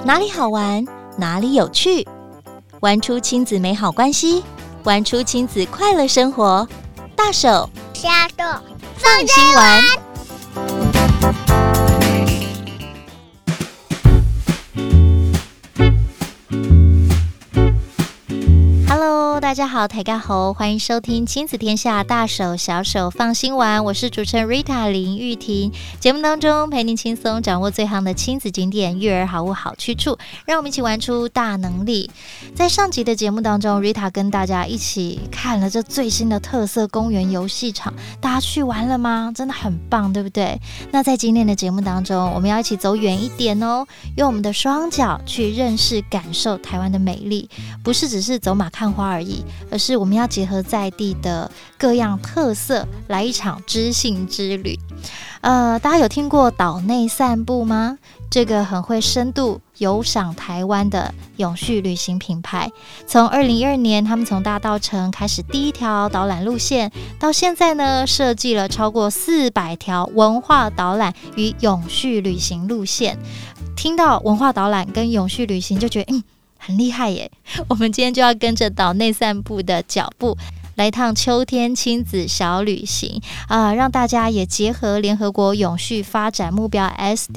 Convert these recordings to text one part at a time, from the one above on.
哪里好玩，哪里有趣，玩出亲子美好关系，玩出亲子快乐生活。大手小手放心玩。Hello， 大家好，大家好，欢迎收听亲子天下大手小手放心玩，我是主持人 Rita 林玉婷。节目当中陪您轻松掌握最夯的亲子景点、育儿好物好去处，让我们一起玩出大能力。在上集的节目当中 ，Rita 跟大家一起看了这最新的特色公园游戏场，大家去玩了吗？真的很棒，对不对？那在今天的节目当中，我们要一起走远一点哦，用我们的双脚去认识、感受台湾的美丽，不是只是走马看花而已，而是我们要结合在地的各样特色，来一场知性之旅。大家有听过岛内散步吗？这个很会深度游赏台湾的永续旅行品牌，从2012年他们从大稻埕开始第一条导览路线，到现在呢设计了超过400条文化导览与永续旅行路线。听到文化导览跟永续旅行就觉得很厉害耶！我们今天就要跟着岛内散步的脚步，来趟秋天亲子小旅行让大家也结合联合国永续发展目标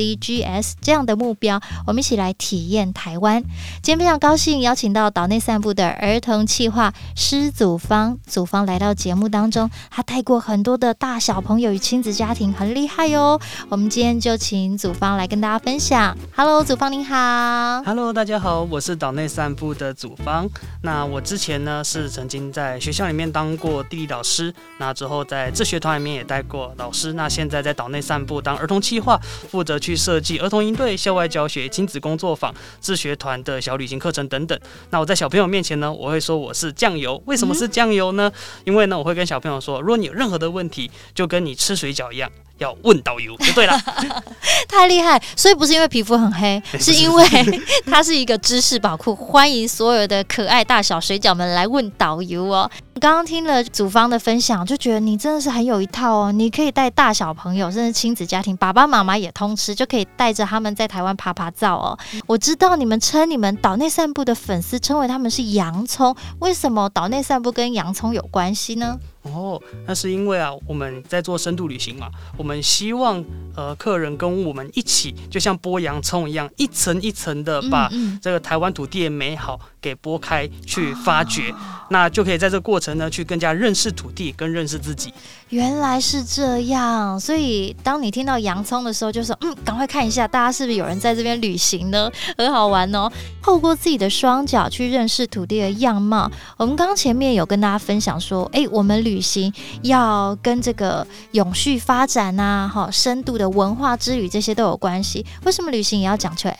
SDGs 这样的目标，我们一起来体验台湾。今天非常高兴邀请到岛内散步的儿童企划施祖芳来到节目当中，他带过很多的大小朋友与亲子家庭，很厉害哦。我们今天就请祖芳来跟大家分享。Hello， 祖芳您好。 Hello， 大家好，我是岛内散步的祖芳。那我之前呢是曾经在学校里面当过地理老师，那之后在自学团里面也带过老师，那现在在岛内散步当儿童企划，负责去设计儿童营队、校外教学、亲子工作坊、自学团的小旅行课程等等。那我在小朋友面前呢，我会说我是酱油。为什么是酱油呢？因为呢，我会跟小朋友说，如果你有任何的问题，就跟你吃水饺一样，要问导游就对了。 太厉害！所以不是因为皮肤很黑，是因为它是一个知识宝库，欢迎所有的可爱大小水饺们来问导游哦。刚刚听了祖芳的分享，就觉得你真的是很有一套哦。你可以带大小朋友，甚至亲子家庭，爸爸妈妈也通吃，就可以带着他们在台湾爬爬照哦。我知道你们称你们岛内散步的粉丝称为他们是洋葱，为什么岛内散步跟洋葱有关系呢？ 那是因为我们在做深度旅行嘛，我们希望客人跟我们一起，就像剥洋葱一样，一层一层的把这个台湾土地的美好给剥开去发掘，那就可以在这个过程呢，去更加认识土地跟认识自己。 原来是这样，所以当你听到洋葱的时候，就说赶快看一下，大家是不是有人在这边旅行呢？很好玩哦。透过自己的双脚去认识土地的样貌。我们刚刚前面有跟大家分享说，我们旅行要跟这个永续发展深度的文化之旅这些都有关系。为什么旅行也要讲求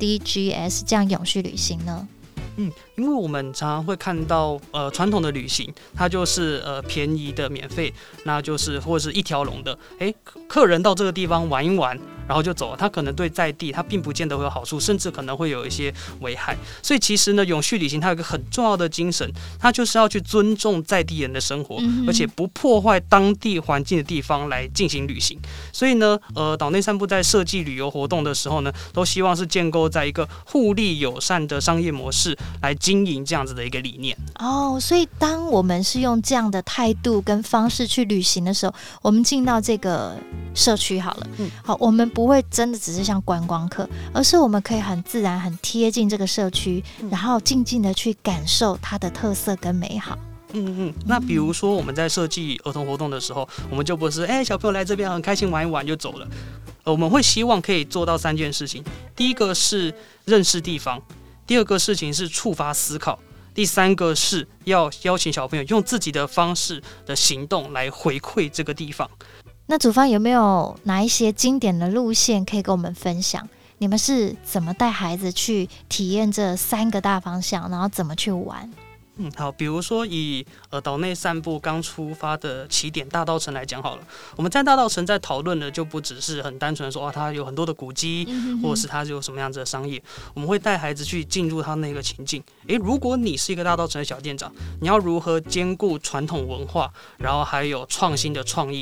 SDGs 这样永续旅行呢？ 因为我们常常会看到传统的旅行，它就是便宜的免费，那就是或者是一条龙的，客人到这个地方玩一玩，然后就走了，他可能对在地他并不见得会有好处，甚至可能会有一些危害。所以其实呢，永续旅行它有一个很重要的精神，它就是要去尊重在地人的生活，而且不破坏当地环境的地方来进行旅行。所以呢，岛内散步在设计旅游活动的时候呢，都希望是建构在一个互利友善的商业模式来经营这样子的一个理念。 所以当我们是用这样的态度跟方式去旅行的时候，我们进到这个社区好了，我们不会真的只是像观光客，而是我们可以很自然、很贴近这个社区，然后静静的去感受它的特色跟美好。 那比如说我们在设计儿童活动的时候，我们就不是小朋友来这边很开心玩一玩就走了，我们会希望可以做到3件事情。第一个是认识地方，第二个事情是触发思考，第3个是要邀请小朋友用自己的方式的行动来回馈这个地方。 那祖芳有没有哪一些经典的路线可以跟我们分享？你们是怎么带孩子去体验这3个大方向，然后怎么去玩？ 好，比如说以岛内散步刚出发的起点大稻埕来讲好了，我们在大稻埕在讨论的就不只是很单纯的说它有很多的古迹，或者是它有什么样子的商业，我们会带孩子去进入它那个情境。如果你是一个大稻埕的小店长，你要如何兼顾传统文化，然后还有创新的创意？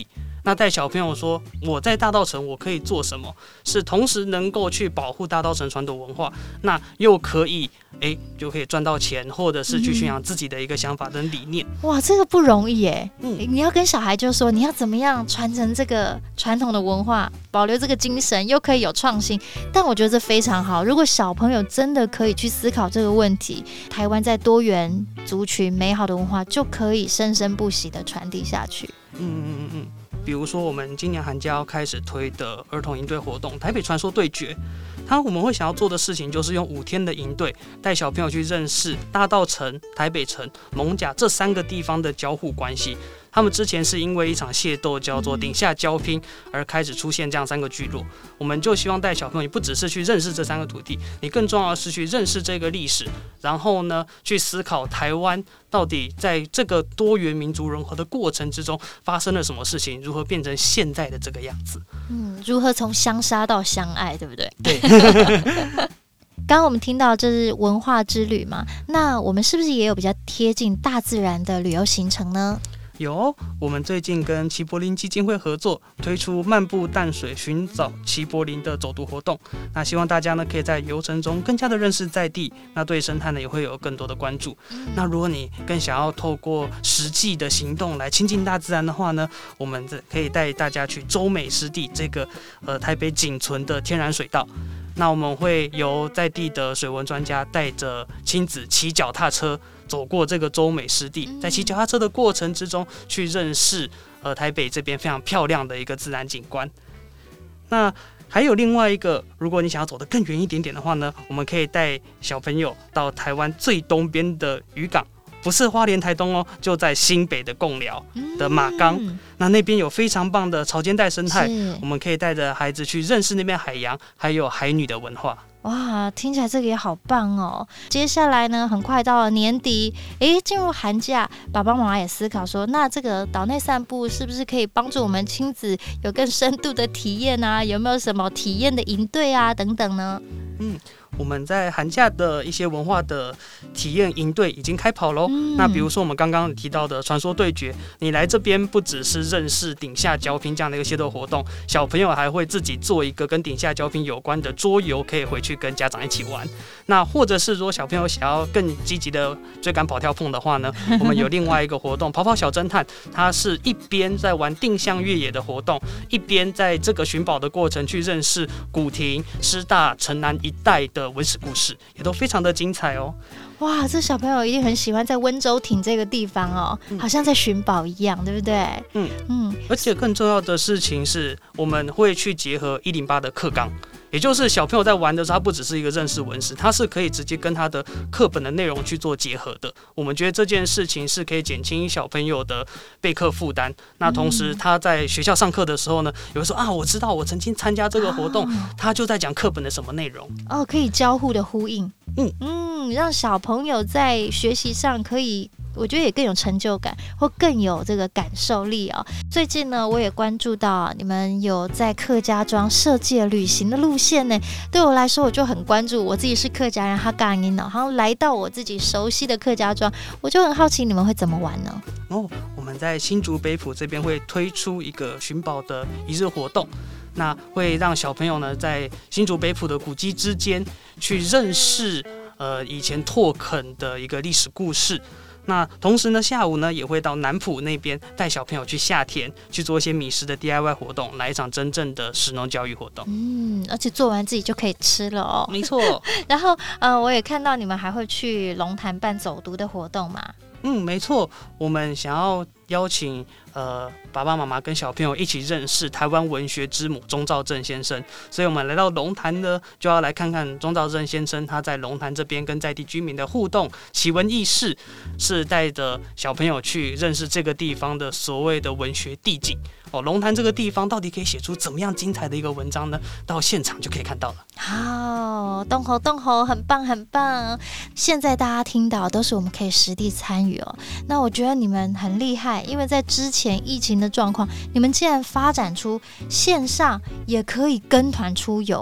那带小朋友说我在大稻埕我可以做什么，是同时能够去保护大稻埕传统文化，那又可以就可以赚到钱，或者是去宣扬自己的一个想法跟理念。 哇，这个不容易耶。你要跟小孩就说你要怎么样传承这个传统的文化，保留这个精神，又可以有创新。但我觉得这非常好，如果小朋友真的可以去思考这个问题，台湾在多元族群美好的文化就可以生生不息的传递下去。 比如说我们今年寒假要开始推的儿童营队活动台北传说对决，我们会想要做的事情就是用5天的营队带小朋友去认识大稻埕、台北城、艋舺这3个地方的交互关系。他们之前是因为一场械斗叫做顶下交拼而开始出现这样3个聚落，我们就希望带小朋友，你不只是去认识这3个土地，你更重要的是去认识这个历史，然后呢去思考台湾到底在这个多元民族融合的过程之中发生了什么事情，如何变成现在的这个样子。 如何从相杀到相爱，对不对？ 对。 刚刚我们听到这是文化之旅嘛，那我们是不是也有比较贴近大自然的旅游行程呢？ 有，我们最近跟齐柏林基金会合作，推出漫步淡水寻找齐柏林的走读活动。那希望大家呢可以在游程中更加的认识在地，那对生态呢也会有更多的关注。那如果你更想要透过实际的行动来亲近大自然的话呢，我们可以带大家去洲美湿地这个台北仅存的天然水道。那我们会由在地的水文专家带着亲子骑脚踏车走过这个洲美湿地，在骑脚踏车的过程之中去认识台北这边非常漂亮的一个自然景观。那还有另外一个，如果你想要走得更远一点点的话呢，我们可以带小朋友到台湾最东边的渔港，不是花莲台东哦，就在新北的贡寮的马冈。那边有非常棒的潮间带生态，我们可以带着孩子去认识那边海洋还有海女的文化。 哇，听起来这个也好棒哦！接下来呢，很快到了年底，进入寒假，爸爸妈妈也思考说，那这个岛内散步是不是可以帮助我们亲子有更深度的体验啊？有没有什么体验的营队啊等等呢？ 我们在寒假的一些文化的体验营队已经开跑咯。那比如说我们刚刚提到的传说对决，你来这边不只是认识顶下交拼这样的一个械斗活动，小朋友还会自己做一个跟顶下交拼有关的桌游，可以回去跟家长一起玩。那或者是说小朋友想要更积极的追赶跑跳碰的话呢，我们有另外一个活动跑跑小侦探，它是一边在玩定向越野的活动，一边在这个寻宝的过程去认识古亭、师大、城南一带的文史故事，也都非常的精彩哦。 哇，这小朋友一定很喜欢在温州町这个地方哦，好像在寻宝一样，对不对？ 而且更重要的事情是，我们会去结合108的课纲，也就是小朋友在玩的时候，他不只是一个认识文史，他是可以直接跟他的课本的内容去做结合的。我们觉得这件事情是可以减轻小朋友的备课负担。那同时他在学校上课的时候呢，有人说我知道我曾经参加这个活动，他就在讲课本的什么内容可以交互的呼应。让小朋友在学习上可以，我觉得也更有成就感，或更有这个感受力哦。最近呢，我也关注到你们有在客家庄设计旅行的路线呢。对我来说，我就很关注，我自己是客家人，哈嘎音呢，然后来到我自己熟悉的客家庄，我就很好奇你们会怎么玩呢？ 我们在新竹北埔这边会推出一个寻宝的一日活动。那会让小朋友呢在新竹北埔的古迹之间去认识以前拓垦的一个历史故事。那同时呢，下午呢也会到南埔那边带小朋友去下田，去做一些米食的 DIY 活动，来一场真正的食农教育活动。 而且做完自己就可以吃了哦。 没错。 然后我也看到你们还会去龙潭办走读的活动嘛。 没错，我们想要邀请爸爸妈妈跟小朋友一起认识台湾文学之母钟肇政先生，所以我们来到龙潭呢，就要来看看钟肇政先生他在龙潭这边跟在地居民的互动，奇闻异事，是带着小朋友去认识这个地方的所谓的文学地景。龙潭这个地方到底可以写出怎么样精彩的一个文章呢？到现场就可以看到了。 好，动吼，很棒很棒。现在大家听到都是我们可以实地参与哦。那我觉得你们很厉害，因为在之前疫情的状况，你们竟然发展出线上也可以跟团出游。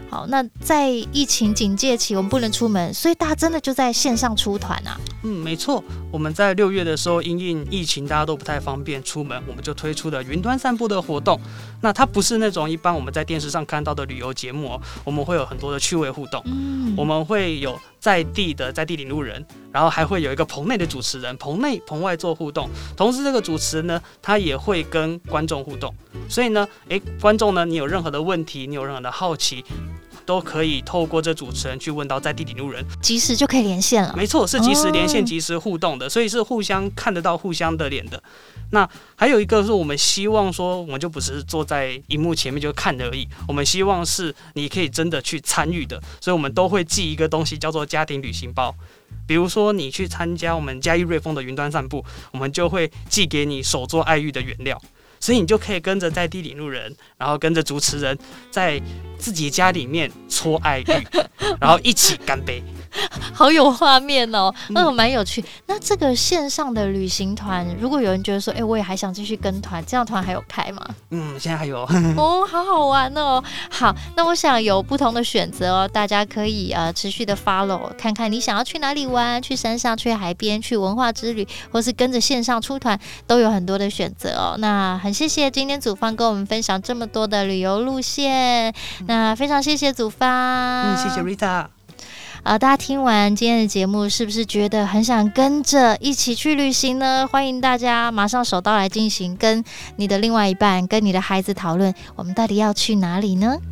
好，那在疫情警戒期，我们不能出门，所以大家真的就在线上出团啊。 没错，我们在6月的时候，因应疫情大家都不太方便出门，我们就推出了云端散步的活动。那它不是那种一般我们在电视上看到的旅游节目哦，我们会有很多的趣味互动。我们会有在地领路人，然后还会有一个棚内的主持人，棚内棚外做互动。同时这个主持人呢，他也会跟观众互动。所以呢，观众呢，你有任何的问题，你有任何的好奇，都可以透过这主持人去问到在地领路人， 即时就可以连线了。 没错，是即时连线、即时互动的，所以是互相看得到互相的脸的。那还有一个是我们希望说，我们就不是坐在荧幕前面就看而已，我们希望是你可以真的去参与的，所以我们都会寄一个东西叫做家庭旅行包。比如说你去参加我们嘉义瑞丰的云端散步，我们就会寄给你手做爱玉的原料。所以你就可以跟着在地领路人，然后跟着主持人，在自己家里面搓爱玉，然后一起干杯。 好有画面哦，蛮有趣。那这个线上的旅行团，如果有人觉得说，我也还想继续跟团，这样团还有开吗？ 现在还有哦，好好玩哦。好，那我想有不同的选择哦，大家可以持续的 follow， 看看你想要去哪里玩，去山上、去海边、去文化之旅，或是跟着线上出团，都有很多的选择哦。那很谢谢今天组方跟我们分享这么多的旅游路线，那非常谢谢组方， 谢谢 Rita。 大家听完今天的节目，是不是觉得很想跟着一起去旅行呢？欢迎大家马上手刀来进行，跟你的另外一半、跟你的孩子讨论，我们到底要去哪里呢？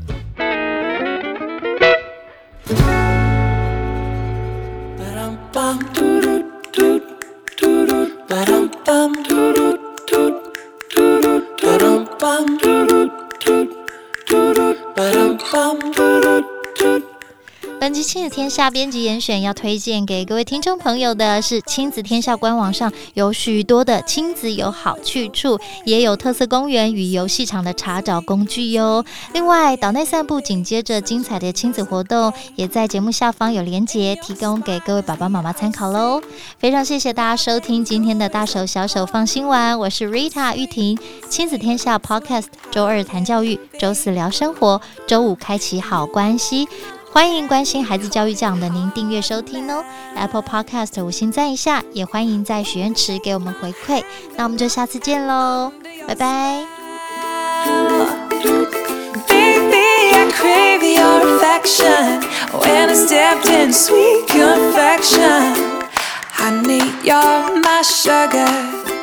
本集亲子天下编辑严选要推荐给各位听众朋友的是亲子天下官网上有许多的亲子友好去处，也有特色公园与游戏场的查找工具哟。另外岛内散步紧接着精彩的亲子活动也在节目下方有连结，提供给各位爸爸妈妈参考咯。非常谢谢大家收听今天的大手小手放心玩，我是 Rita 玉婷。亲子天下 Podcast 周二谈教育，周四聊生活，周五开启好关系。欢迎关心孩子教育奖的您订阅收听哦 ，Apple Podcast 5星赞一下，也欢迎在许愿池给我们回馈。那我们就下次见喽，拜拜。Baby, I crave your affection. When I stepped in sweet confection, honey, you're my sugar.